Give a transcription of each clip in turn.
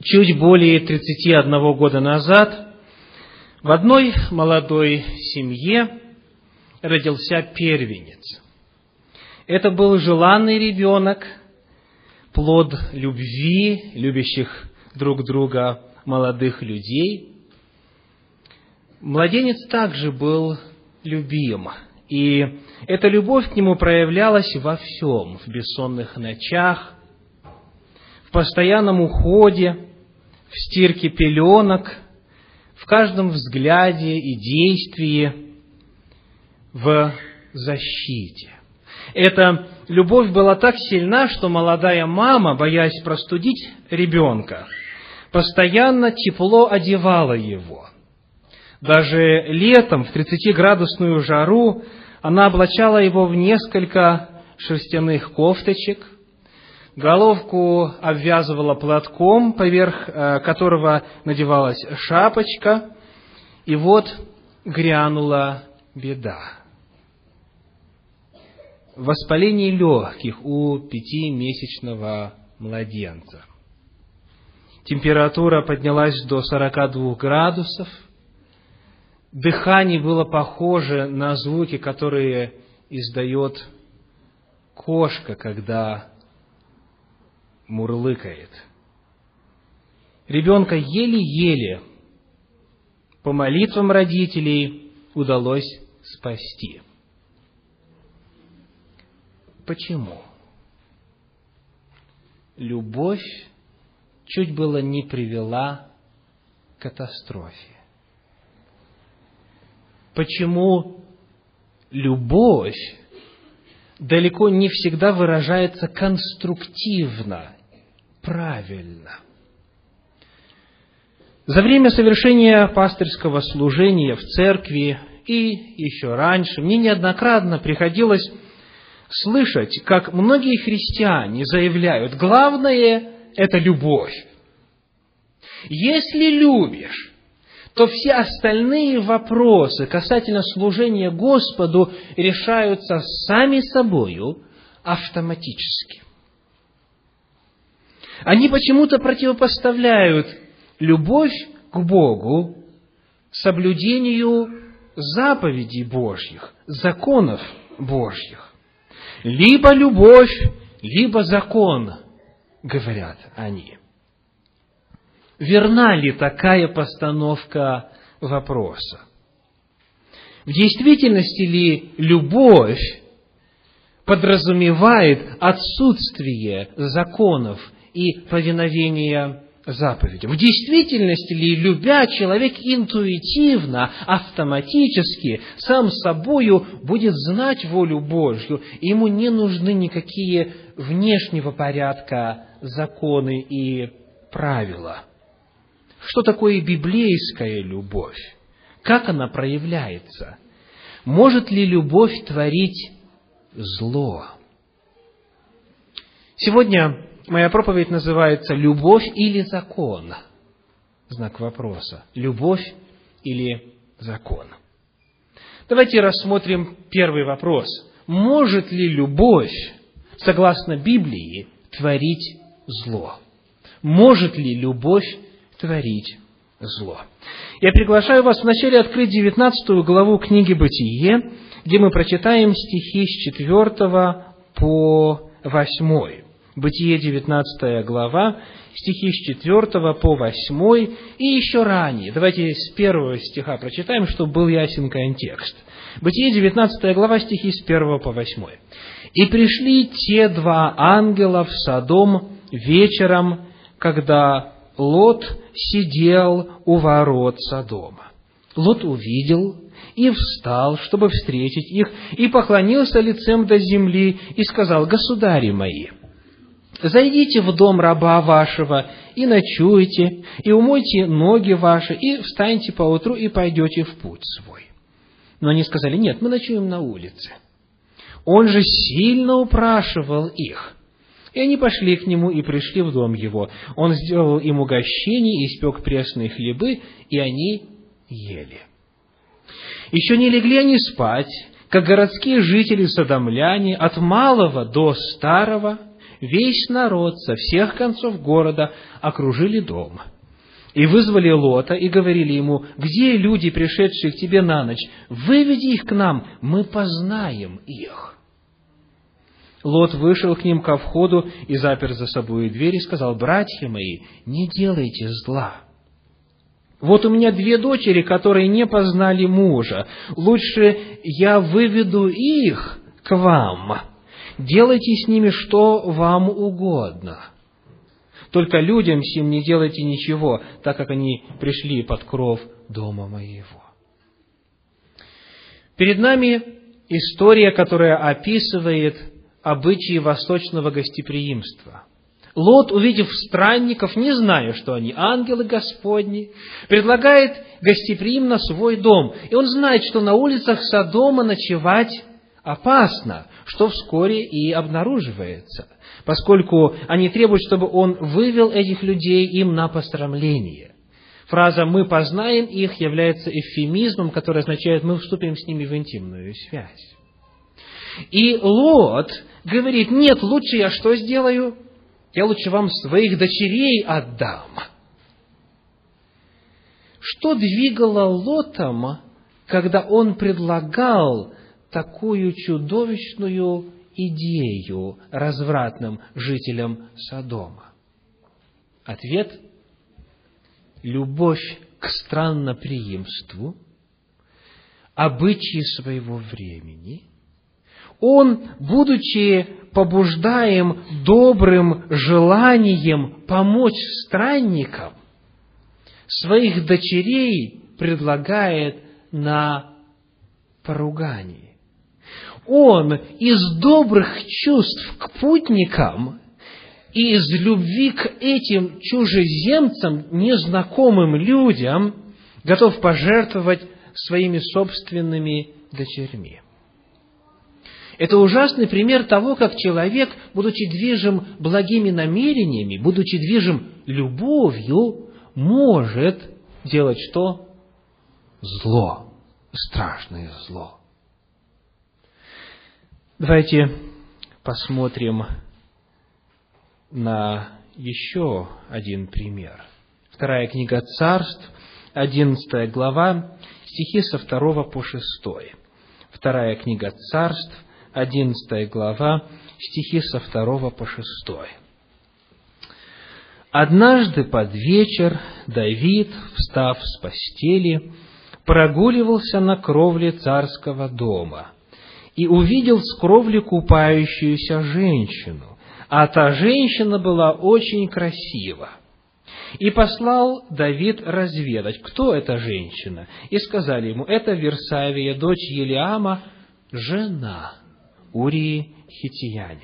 Чуть более 31 года назад в одной молодой семье родился первенец. Это был желанный ребенок, плод любви, любящих друг друга молодых людей. Младенец также был любим, и эта любовь к нему проявлялась во всем: в бессонных ночах, в постоянном уходе, в стирке пеленок, в каждом взгляде и действии, в защите. Эта любовь была так сильна, что молодая мама, боясь простудить ребенка, постоянно тепло одевала его. Даже летом, в 30-градусную жару, она облачала его в несколько шерстяных кофточек, головку обвязывала платком, поверх которого надевалась шапочка, и вот грянула беда. Воспаление легких у 5-месячного младенца. Температура поднялась до 42 градусов. Дыхание было похоже на звуки, которые издает кошка, когда мурлыкает. Ребенка еле-еле по молитвам родителей удалось спасти. Почему? Любовь чуть было не привела к катастрофе. Почему любовь далеко не всегда выражается конструктивно, правильно? За время совершения пастырского служения в церкви и еще раньше мне неоднократно приходилось слышать, как многие христиане заявляют: главное – это любовь. Если любишь, то все остальные вопросы касательно служения Господу решаются сами собою автоматически. Они почему-то противопоставляют любовь к Богу соблюдению заповедей Божьих, законов Божьих. Либо любовь, либо закон, говорят они. Верна ли такая постановка вопроса? В действительности ли любовь подразумевает отсутствие законов и повиновения заповедям? В действительности ли, любя, человек интуитивно, автоматически, сам собою будет знать волю Божью, и ему не нужны никакие внешнего порядка законы и правила? Что такое библейская любовь? Как она проявляется? Может ли любовь творить зло? Сегодня моя проповедь называется «Любовь или закон?» Знак вопроса. Любовь или закон? Давайте рассмотрим первый вопрос. Может ли любовь, согласно Библии, творить зло? Может ли любовь творить зло? Я приглашаю вас вначале открыть 19 главу книги «Бытие», где мы прочитаем стихи с 4 по 8. Бытие, 19 глава, стихи с 4 по 8 и еще ранее. Давайте с 1 стиха прочитаем, чтобы был ясен контекст. Бытие, 19 глава, стихи с 1 по 8. «И пришли те 2 ангела в Содом вечером, когда Лот сидел у ворот Содома. Лот увидел и встал, чтобы встретить их, и поклонился лицем до земли, и сказал: государи мои, зайдите в дом раба вашего, и ночуйте, и умойте ноги ваши, и встаньте поутру, и пойдете в путь свой. Но они сказали: нет, мы ночуем на улице. Он же сильно упрашивал их. И они пошли к нему и пришли в дом его. Он сделал им угощение, испек пресные хлебы, и они ели. Еще не легли они спать, как городские жители содомляне, от малого до старого, весь народ со всех концов города окружили дом. И вызвали Лота, и говорили ему: где люди, пришедшие к тебе на ночь? Выведи их к нам, мы познаем их. Лот вышел к ним ко входу и запер за собой дверь, и сказал: братья мои, не делайте зла. Вот у меня 2 дочери, которые не познали мужа. Лучше я выведу их к вам. Делайте с ними что вам угодно. Только людям сим не делайте ничего, так как они пришли под кров дома моего. Перед нами история, которая описывает обычаи восточного гостеприимства. Лот, увидев странников, не зная, что они ангелы Господни, предлагает гостеприимно свой дом. И он знает, что на улицах Содома ночевать опасно, что вскоре и обнаруживается, поскольку они требуют, чтобы он вывел этих людей им на посрамление. Фраза «мы познаем их» является эвфемизмом, который означает «мы вступим с ними в интимную связь». И Лот говорит: нет, лучше я что сделаю? Я лучше вам своих дочерей отдам. Что двигало Лотом, когда он предлагал такую чудовищную идею развратным жителям Содома? Ответ – любовь к странноприимству, обычаи своего времени. Он, будучи побуждаем добрым желанием помочь странникам, своих дочерей предлагает на поругание. Он из добрых чувств к путникам и из любви к этим чужеземцам, незнакомым людям, готов пожертвовать своими собственными дочерьми. Это ужасный пример того, как человек, будучи движим благими намерениями, будучи движим любовью, может делать что? Зло. Страшное зло. Давайте посмотрим на еще один пример. 2 книга Царств, 11 глава, стихи со 2 по 6. 2 книга Царств, 11 глава, стихи со 2 по 6. «Однажды под вечер Давид, встав с постели, прогуливался на кровле царского дома и увидел с кровли купающуюся женщину, а та женщина была очень красива. И послал Давид разведать, кто эта женщина, и сказали ему: это Версавия, дочь Елиама, жена Урии Хиттиянина.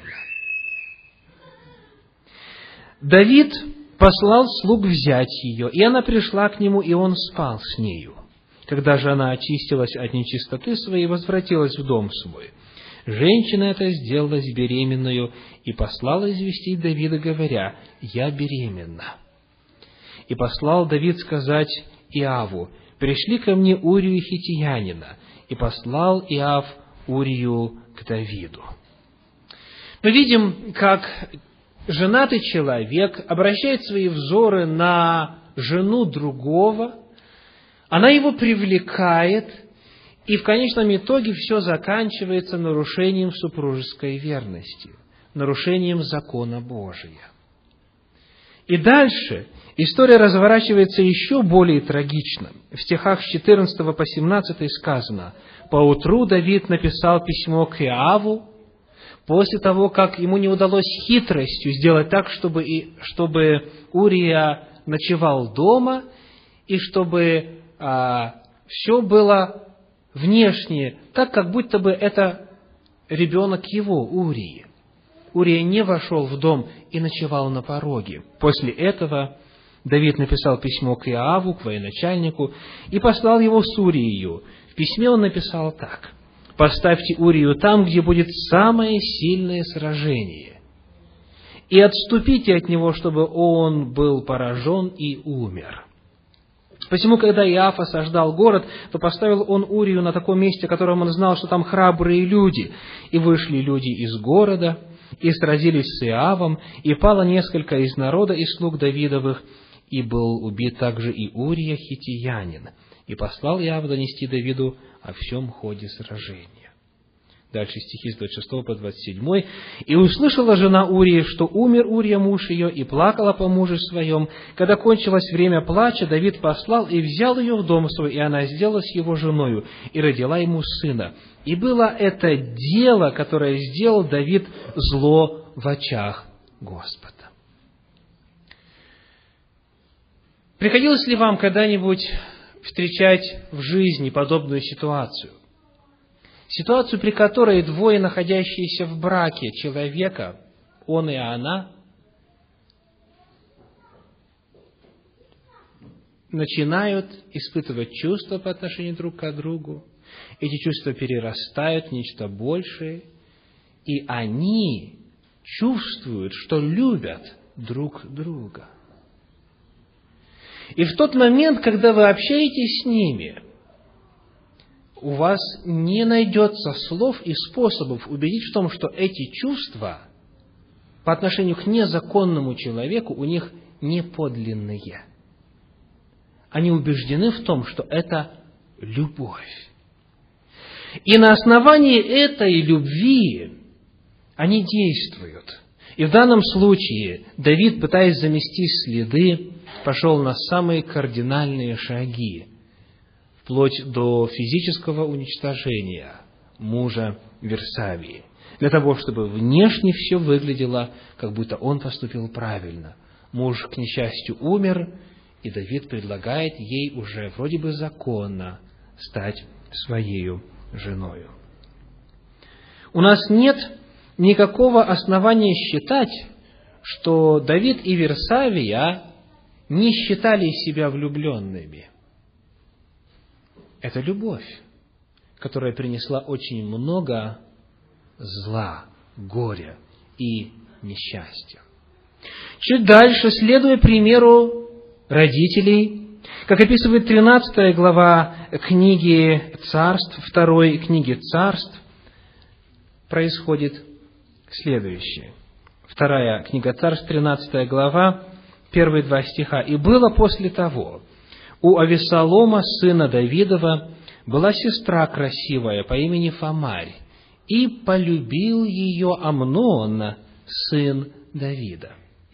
Давид послал слуг взять ее, и она пришла к нему, и он спал с нею. Когда же она очистилась от нечистоты своей, возвратилась в дом свой. Женщина эта сделалась беременною и послала известить Давида, говоря: я беременна. И послал Давид сказать Иаву: пришли ко мне Урию Хиттиянина. И послал Иав Урию к Давиду. Мы видим, как женатый человек обращает свои взоры на жену другого, она его привлекает, и в конечном итоге все заканчивается нарушением супружеской верности, нарушением закона Божия. И дальше история разворачивается еще более трагично. В стихах с 14 по 17 сказано: «Поутру Давид написал письмо к Иаву, после того, как ему не удалось хитростью сделать так, чтобы Урия ночевал дома, и чтобы все было внешне так, как будто бы это ребенок его, Урии. Урия не вошел в дом и ночевал на пороге. После этого Давид написал письмо к Иаву, к военачальнику, и послал его с Урией. В письме он написал так: «Поставьте Урию там, где будет самое сильное сражение, и отступите от него, чтобы он был поражен и умер». Посему, когда Иав осаждал город, то поставил он Урию на таком месте, о котором он знал, что там храбрые люди. И вышли люди из города, и сразились с Иоавом, и пало несколько из народа из слуг Давидовых, и был убит также и Урия хиттеянин. И послал Иоав донести Давиду о всем ходе сражения». Дальше стихи с 26 по 27. «И услышала жена Урии, что умер Урия муж ее, и плакала по муже своем. Когда кончилось время плача, Давид послал и взял ее в дом свой, и она сделалась его женою, и родила ему сына. И было это дело, которое сделал Давид, зло в очах Господа». Приходилось ли вам когда-нибудь встречать в жизни подобную ситуацию? Ситуацию, при которой двое, находящиеся в браке человека, он и она, начинают испытывать чувства по отношению друг к другу, эти чувства перерастают в нечто большее, и они чувствуют, что любят друг друга. И в тот момент, когда вы общаетесь с ними, у вас не найдется слов и способов убедить в том, что эти чувства по отношению к незаконному человеку у них не подлинные. Они убеждены в том, что это любовь. И на основании этой любви они действуют. И в данном случае Давид, пытаясь замести следы, пошел на самые кардинальные шаги, вплоть до физического уничтожения мужа Версавии, для того, чтобы внешне все выглядело, как будто он поступил правильно. Муж, к несчастью, умер, и Давид предлагает ей уже вроде бы законно стать своею женою. У нас нет никакого основания считать, что Давид и Версавия не считали себя влюбленными. Это любовь, которая принесла очень много зла, горя и несчастья. Чуть дальше, следуя примеру родителей, как описывает 13 глава книги Царств, 2 книги Царств, происходит следующее. 2 книга Царств, 13 глава, первые 2 стиха. «И было после того, у Авессалома, сына Давидова, была сестра красивая по имени Фамарь, и полюбил ее Амнон, сын Давида.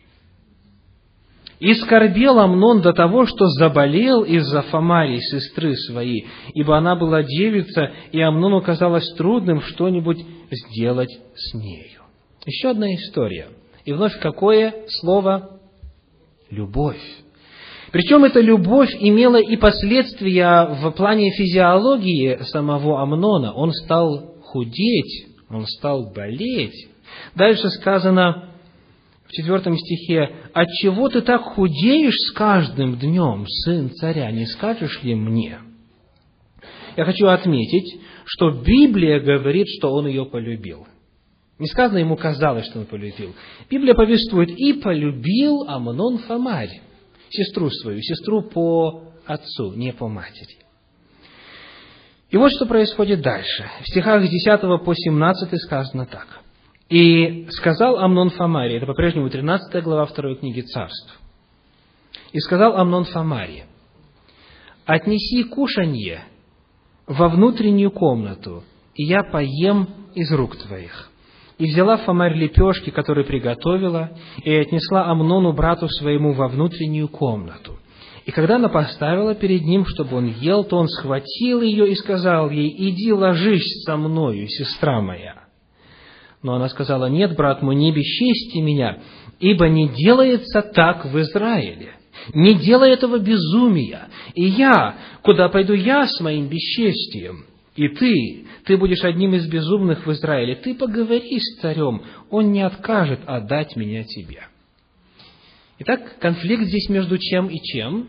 И скорбел Амнон до того, что заболел из-за Фамари, сестры своей, ибо она была девица, и Амнону казалось трудным что-нибудь сделать с нею». Еще одна история. И вновь какое слово? Любовь. Причем эта любовь имела и последствия в плане физиологии самого Амнона. Он стал худеть, он стал болеть. Дальше сказано в 4 стихе: «Отчего ты так худеешь с каждым днем, сын царя, не скажешь ли мне?» Я хочу отметить, что Библия говорит, что он ее полюбил. Не сказано, ему казалось, что он полюбил. Библия повествует: «И полюбил Амнон Фамарь», сестру свою, сестру по отцу, не по матери. И вот что происходит дальше. В стихах с 10 по 17 сказано так. «И сказал Амнон Фамаре», это по-прежнему 13 глава 2 книги Царств, «И сказал Амнон Фамаре: отнеси кушанье во внутреннюю комнату, и я поем из рук твоих. И взяла Фамарь лепешки, которые приготовила, и отнесла Амнону, брату своему, во внутреннюю комнату. И когда она поставила перед ним, чтобы он ел, то он схватил ее и сказал ей: иди ложись со мною, сестра моя. Но она сказала: нет, брат мой, не бесчести меня, ибо не делается так в Израиле. Не делай этого безумия. И я, куда пойду я с моим бесчестием? И ты будешь одним из безумных в Израиле. Ты поговори с царем, он не откажет отдать меня тебе». Итак, конфликт здесь между чем и чем?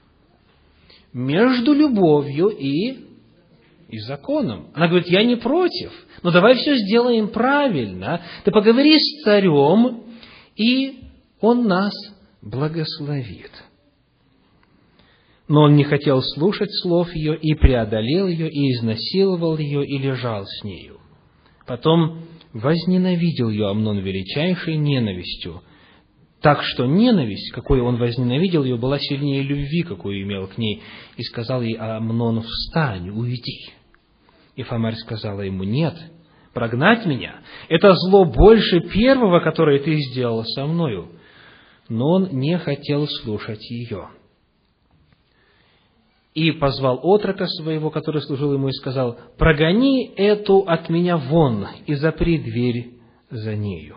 Между любовью и законом. Она говорит: я не против, но давай все сделаем правильно. Ты поговори с царем, и он нас благословит. Но он не хотел слушать слов ее, и преодолел ее, и изнасиловал ее, и лежал с нею. Потом возненавидел ее Амнон величайшей ненавистью, так что ненависть, какой он возненавидел ее, была сильнее любви, какую имел к ней, и сказал ей: Амнон, встань, уйди. И Фамарь сказала ему: нет, прогнать меня — это зло больше первого, которое ты сделал со мною. Но он не хотел слушать ее. И позвал отрока своего, который служил ему, и сказал: прогони эту от меня вон и запри дверь за нею.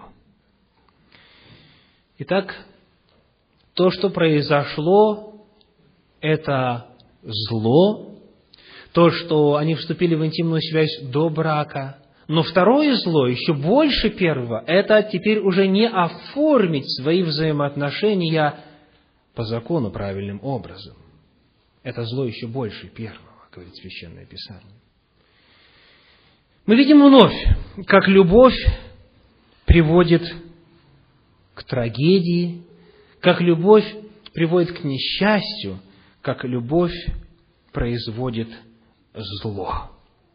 Итак, то, что произошло, это зло, то, что они вступили в интимную связь до брака. Но второе зло, еще больше первого, это теперь уже не оформить свои взаимоотношения по закону правильным образом. Это зло еще больше первого, говорит Священное Писание. Мы видим вновь, как любовь приводит к трагедии, как любовь приводит к несчастью, как любовь производит зло.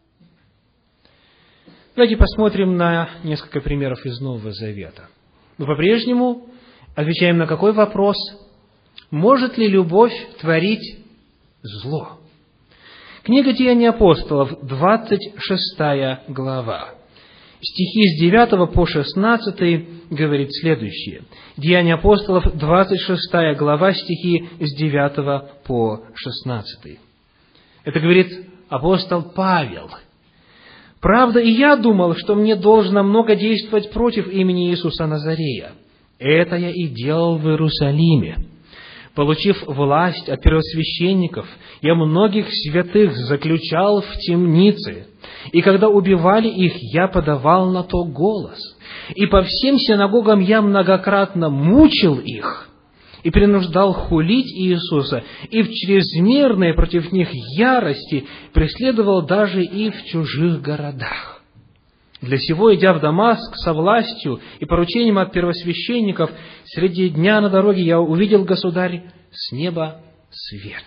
Давайте посмотрим на несколько примеров из Нового Завета. Мы по-прежнему отвечаем на какой вопрос? Может ли любовь творить зло? Книга Деяний апостолов, 26 глава. Стихи с 9 по 16 говорит следующее. Деяния апостолов, 26 глава, стихи с 9 по 16. Это говорит апостол Павел. «Правда, и я думал, что мне должно много действовать против имени Иисуса Назарея. Это я и делал в Иерусалиме. Получив власть от первосвященников, я многих святых заключал в темнице, и когда убивали их, я подавал на то голос. И по всем синагогам я многократно мучил их и принуждал хулить Иисуса, и в чрезмерной против них ярости преследовал даже и в чужих городах. Для сего, идя в Дамаск со властью и поручением от первосвященников, среди дня на дороге я увидел, государь, с неба свет,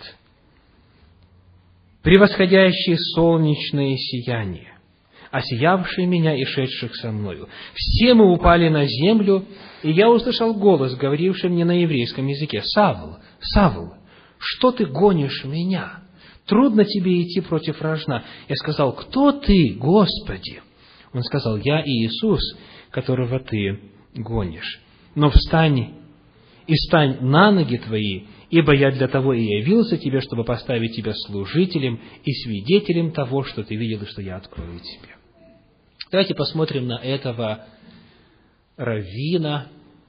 превосходящий солнечное сияние, осиявший меня и шедших со мною. Все мы упали на землю, и я услышал голос, говоривший мне на еврейском языке: «Савл, Савл, что ты гонишь меня? Трудно тебе идти против рожна». Я сказал: «Кто ты, Господи?» Он сказал: «Я Иисус, которого ты гонишь. Но встань и стань на ноги твои, ибо я для того и явился тебе, чтобы поставить тебя служителем и свидетелем того, что ты видел и что я открою тебе». Давайте посмотрим на этого раввина,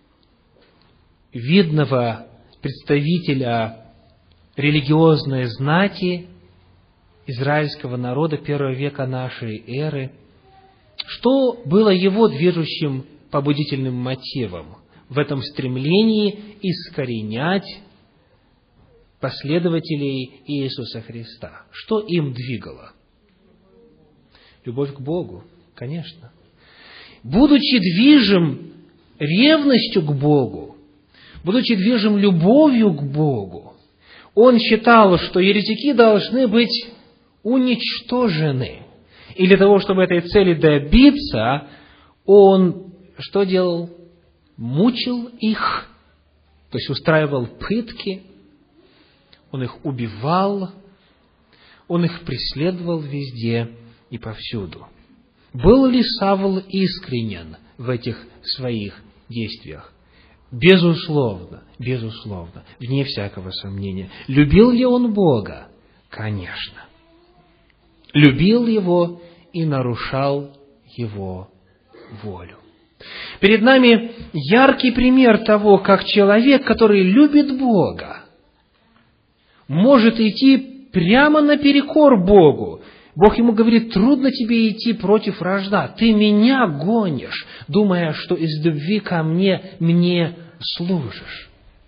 видного представителя религиозной знати израильского народа первого века нашей эры. Что было его движущим побудительным мотивом в этом стремлении искоренять последователей Иисуса Христа? Что им двигало? Любовь к Богу, конечно. Будучи движим ревностью к Богу, будучи движим любовью к Богу, он считал, что еретики должны быть уничтожены. И для того, чтобы этой цели добиться, он что делал? Мучил их, то есть устраивал пытки, он их убивал, он их преследовал везде и повсюду. Был ли Савл искренен в этих своих действиях? Безусловно, безусловно, вне всякого сомнения. Любил ли он Бога? Конечно. Любил Его и нарушал Его волю. Перед нами яркий пример того, как человек, который любит Бога, может идти прямо наперекор Богу. Бог ему говорит: трудно тебе идти против рожна, ты меня гонишь, думая, что из любви ко мне служишь.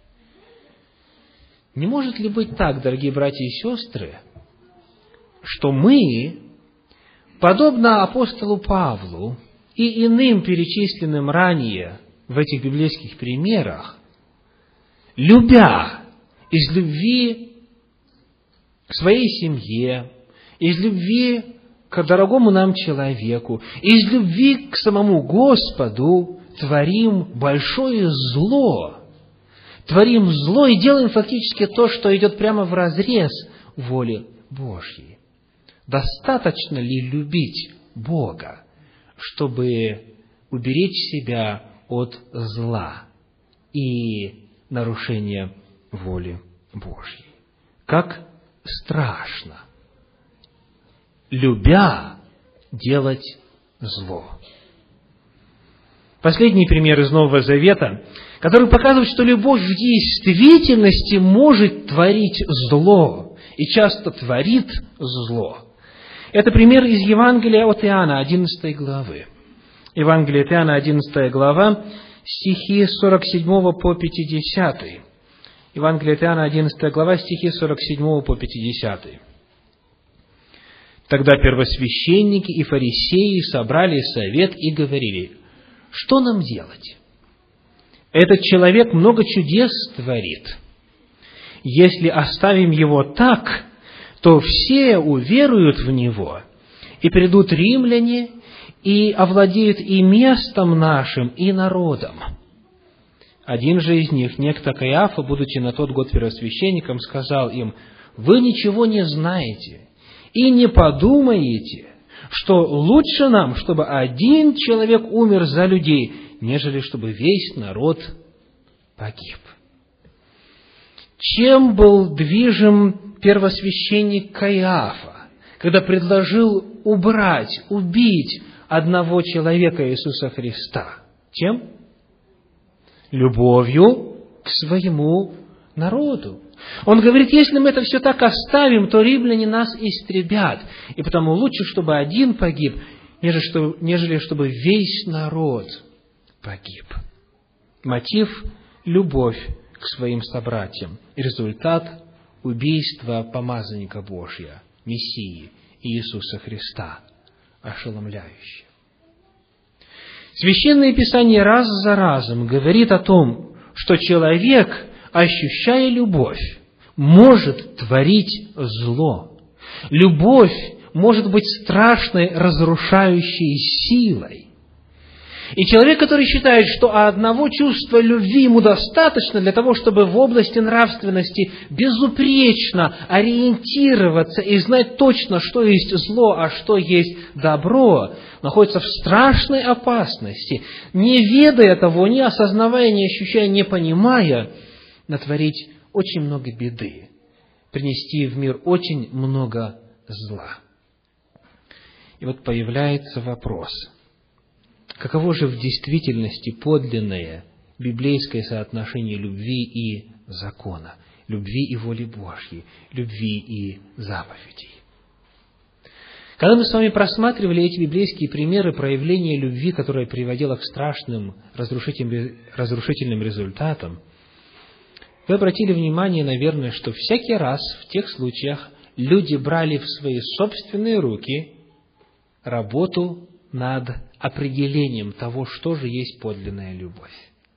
Не может ли быть так, дорогие братья и сестры, что мы, подобно апостолу Павлу и иным перечисленным ранее в этих библейских примерах, любя из любви к своей семье, из любви к дорогому нам человеку, из любви к самому Господу творим большое зло. Творим зло и делаем фактически то, что идет прямо вразрез воли Божьей. Достаточно ли любить Бога, чтобы уберечь себя от зла и нарушения воли Божьей? Как страшно, любя, делать зло. Последний пример из Нового Завета, который показывает, что любовь в действительности может творить зло и часто творит зло. Это пример из Евангелия от Иоанна, 11 главы. Евангелие от Иоанна, 11 глава, стихи с 47 по 50. Евангелие от Иоанна, 11 глава, стихи с 47 по 50. «Тогда первосвященники и фарисеи собрали совет и говорили: что нам делать? Этот человек много чудес творит. Если оставим его так, то все уверуют в него, и придут римляне, и овладеют и местом нашим, и народом». Один же из них, некто Каиафа, будучи на тот год первосвященником, сказал им: «Вы ничего не знаете и не подумаете, что лучше нам, чтобы один человек умер за людей, нежели чтобы весь народ погиб». Чем был движим первосвященник Каиафа, когда предложил убить одного человека, Иисуса Христа? Чем? Любовью к своему народу. Он говорит: если мы это все так оставим, то римляне нас истребят, и потому лучше, чтобы один погиб, нежели чтобы весь народ погиб. Мотив – любовь к своим собратьям. Результат – убийство помазанника Божия, Мессии Иисуса Христа, ошеломляющее. Священное Писание раз за разом говорит о том, что человек, ощущая любовь, может творить зло. Любовь может быть страшной, разрушающей силой. И человек, который считает, что одного чувства любви ему достаточно для того, чтобы в области нравственности безупречно ориентироваться и знать точно, что есть зло, а что есть добро, находится в страшной опасности, не ведая того, не осознавая, не ощущая, не понимая, натворить очень много беды, принести в мир очень много зла. И вот появляется вопрос: каково же в действительности подлинное библейское соотношение любви и закона, любви и воли Божьей, любви и заповедей? Когда мы с вами просматривали эти библейские примеры проявления любви, которая приводила к страшным разрушительным результатам, вы обратили внимание, наверное, что всякий раз в тех случаях люди брали в свои собственные руки работу над определением того, что же есть подлинная любовь.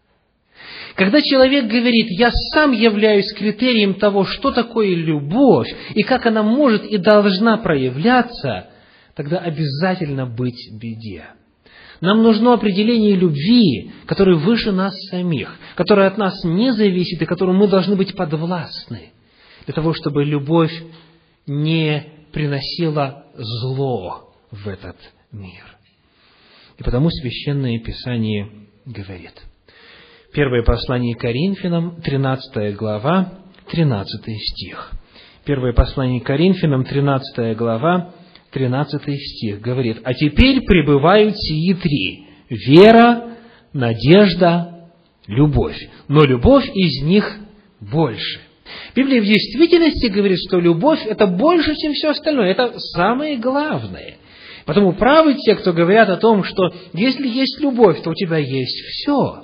Когда человек говорит: «Я сам являюсь критерием того, что такое любовь, и как она может и должна проявляться», тогда обязательно быть в беде. Нам нужно определение любви, которое выше нас самих, которое от нас не зависит и которому мы должны быть подвластны, для того, чтобы любовь не приносила зло в этот мир. И потому Священное Писание говорит. Первое послание Коринфянам, 13 глава, 13 стих. Первое послание Коринфянам, 13 глава, 13 стих говорит: «А теперь пребывают сии три: вера, надежда, любовь. Но любовь из них больше». Библия в действительности говорит, что любовь – это больше, чем все остальное. Это самое главное. Потому правы те, кто говорят о том, что если есть любовь, то у тебя есть все.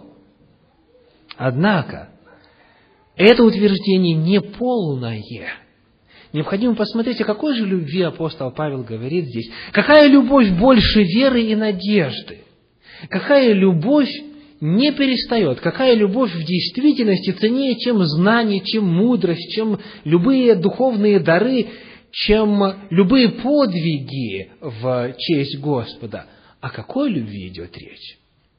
Однако, это утверждение не полное. Необходимо посмотреть, о какой же любви апостол Павел говорит здесь. Какая любовь больше веры и надежды? Какая любовь не перестает? Какая любовь в действительности ценнее, чем знание, чем мудрость, чем любые духовные дары, чем любые подвиги в честь Господа. О какой любви идет речь?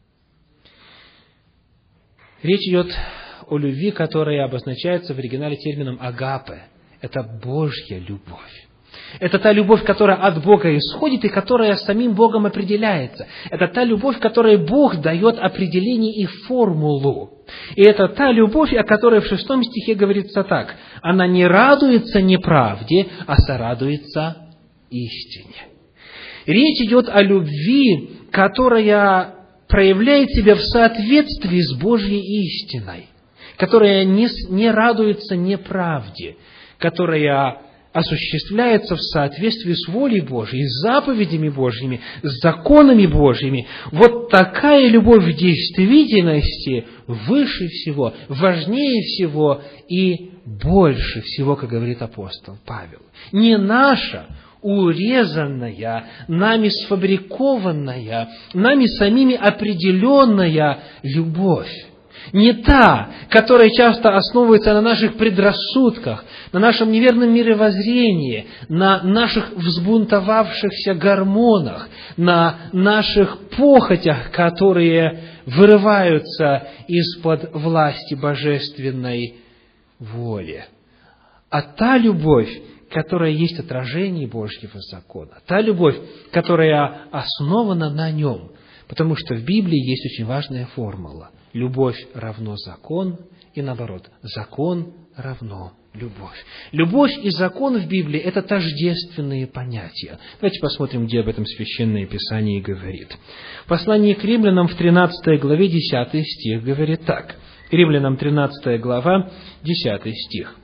Речь идет о любви, которая обозначается в оригинале термином агапе. Это Божья любовь. Это та любовь, которая от Бога исходит и которая самим Богом определяется. Это та любовь, которой Бог дает определение и формулу. И это та любовь, о которой в 6 стихе говорится так. Она не радуется неправде, а сорадуется истине. Речь идет о любви, которая проявляет себя в соответствии с Божьей истиной, которая не радуется неправде, которая осуществляется в соответствии с волей Божьей, с заповедями Божьими, с законами Божьими. Вот такая любовь в действительности выше всего, важнее всего и больше всего, как говорит апостол Павел. Не наша урезанная, нами сфабрикованная, нами самими определенная любовь. Не та, которая часто основывается на наших предрассудках, на нашем неверном мировоззрении, на наших взбунтовавшихся гормонах, на наших похотях, которые вырываются из-под власти божественной воли. А та любовь, которая есть отражение Божьего закона, та любовь, которая основана на нем, потому что в Библии есть очень важная формула. Любовь равно закон, и наоборот, закон равно любовь. Любовь и закон в Библии – это тождественные понятия. Давайте посмотрим, где об этом Священное Писание говорит. В послании к Римлянам в 13 главе 10 стих говорит так. Римлянам 13 глава, 10 стих.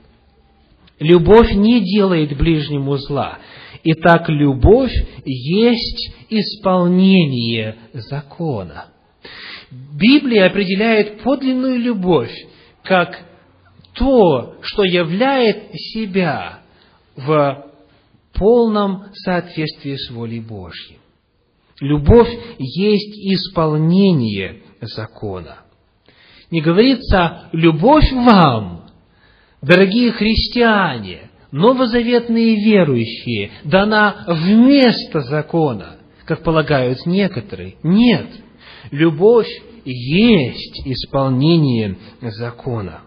«Любовь не делает ближнему зла, итак, любовь есть исполнение закона». Библия определяет подлинную любовь как то, что являет себя в полном соответствии с волей Божьей. Любовь есть исполнение закона. Не говорится «любовь вам», дорогие христиане, новозаветные верующие, дана вместо закона, как полагают некоторые. Нет. Любовь есть исполнение закона.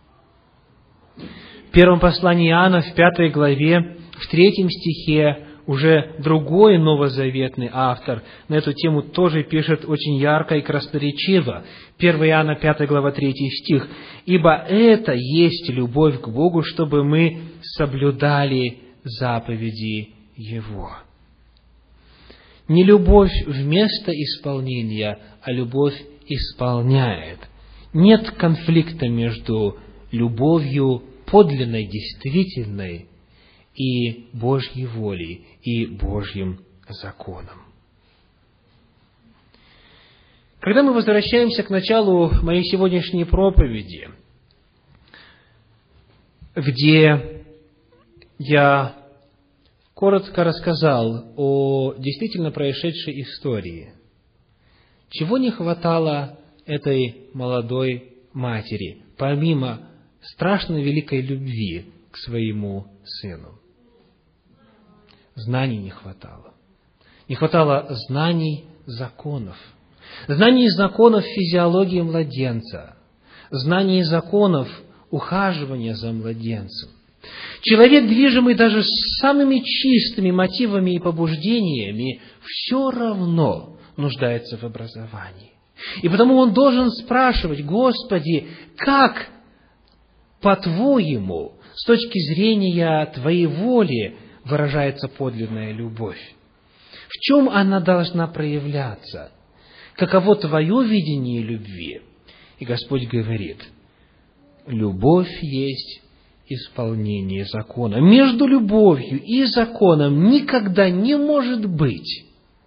В первом послании Иоанна, в 5 главе, в 3 стихе, уже другой новозаветный автор на эту тему тоже пишет очень ярко и красноречиво. 1 Иоанна, 5 глава, 3 стих. «Ибо это есть любовь к Богу, чтобы мы соблюдали заповеди Его». Не любовь вместо исполнения, а любовь исполняет. Нет конфликта между любовью подлинной, действительной и Божьей волей, и Божьим законом. Когда мы возвращаемся к началу моей сегодняшней проповеди, где я коротко рассказал о действительно происшедшей истории, чего не хватало этой молодой матери, помимо страшно великой любви к своему сыну. Знаний не хватало. Не хватало знаний законов. Знаний законов физиологии младенца. Знаний законов ухаживания за младенцем. Человек, движимый даже самыми чистыми мотивами и побуждениями, все равно нуждается в образовании. И потому он должен спрашивать: Господи, как, по-Твоему, с точки зрения Твоей воли, выражается подлинная любовь? В чем она должна проявляться? Каково Твое видение любви? И Господь говорит: любовь есть исполнение закона. Между любовью и законом никогда не может быть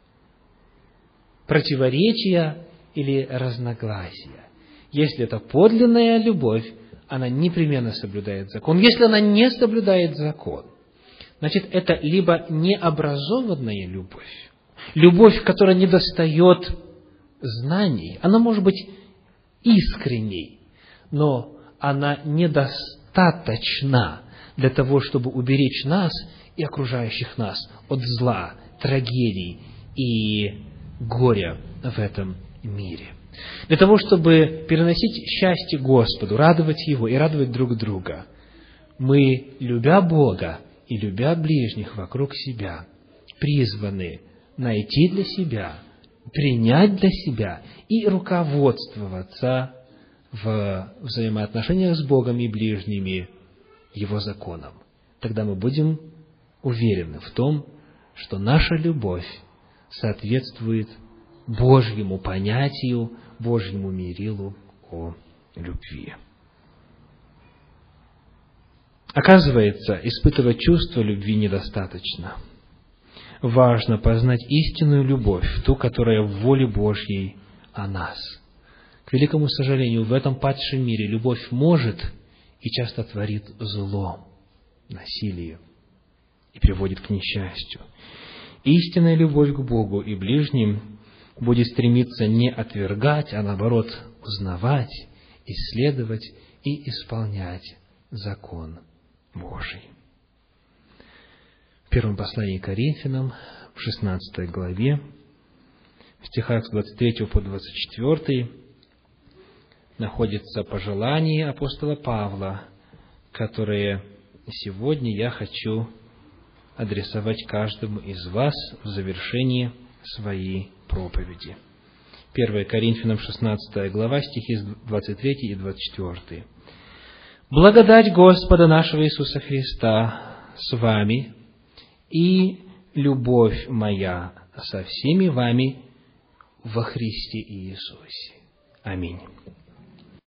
противоречия или разногласия. Если это подлинная любовь, она непременно соблюдает закон. Если она не соблюдает закон, значит, это либо необразованная любовь, любовь, которая недостает знаний. Она может быть искренней, но она недостаточна для того, чтобы уберечь нас и окружающих нас от зла, трагедий и горя в этом мире. Для того, чтобы переносить счастье Господу, радовать Его и радовать друг друга, мы, любя Бога и любя ближних вокруг себя, призваны найти для себя, принять для себя и руководствоваться в взаимоотношениях с Богом и ближними Его законом. Тогда мы будем уверены в том, что наша любовь соответствует Божьему понятию, Божьему мерилу о любви. Оказывается, испытывать чувство любви недостаточно. Важно познать истинную любовь, ту, которая в воле Божьей о нас. К великому сожалению, в этом падшем мире любовь может и часто творит зло, насилие и приводит к несчастью. Истинная любовь к Богу и ближним будет стремиться не отвергать, а наоборот узнавать, исследовать и исполнять закон Божий. В первом послании к Коринфянам, в 16 главе, в стихах с 23 по 24, находится пожелание апостола Павла, которое сегодня я хочу адресовать каждому из вас в завершении своей проповеди. 1 Коринфянам, 16 глава, стихи 23 и 24. «Благодать Господа нашего Иисуса Христа с вами, и любовь моя со всеми вами во Христе Иисусе». Аминь.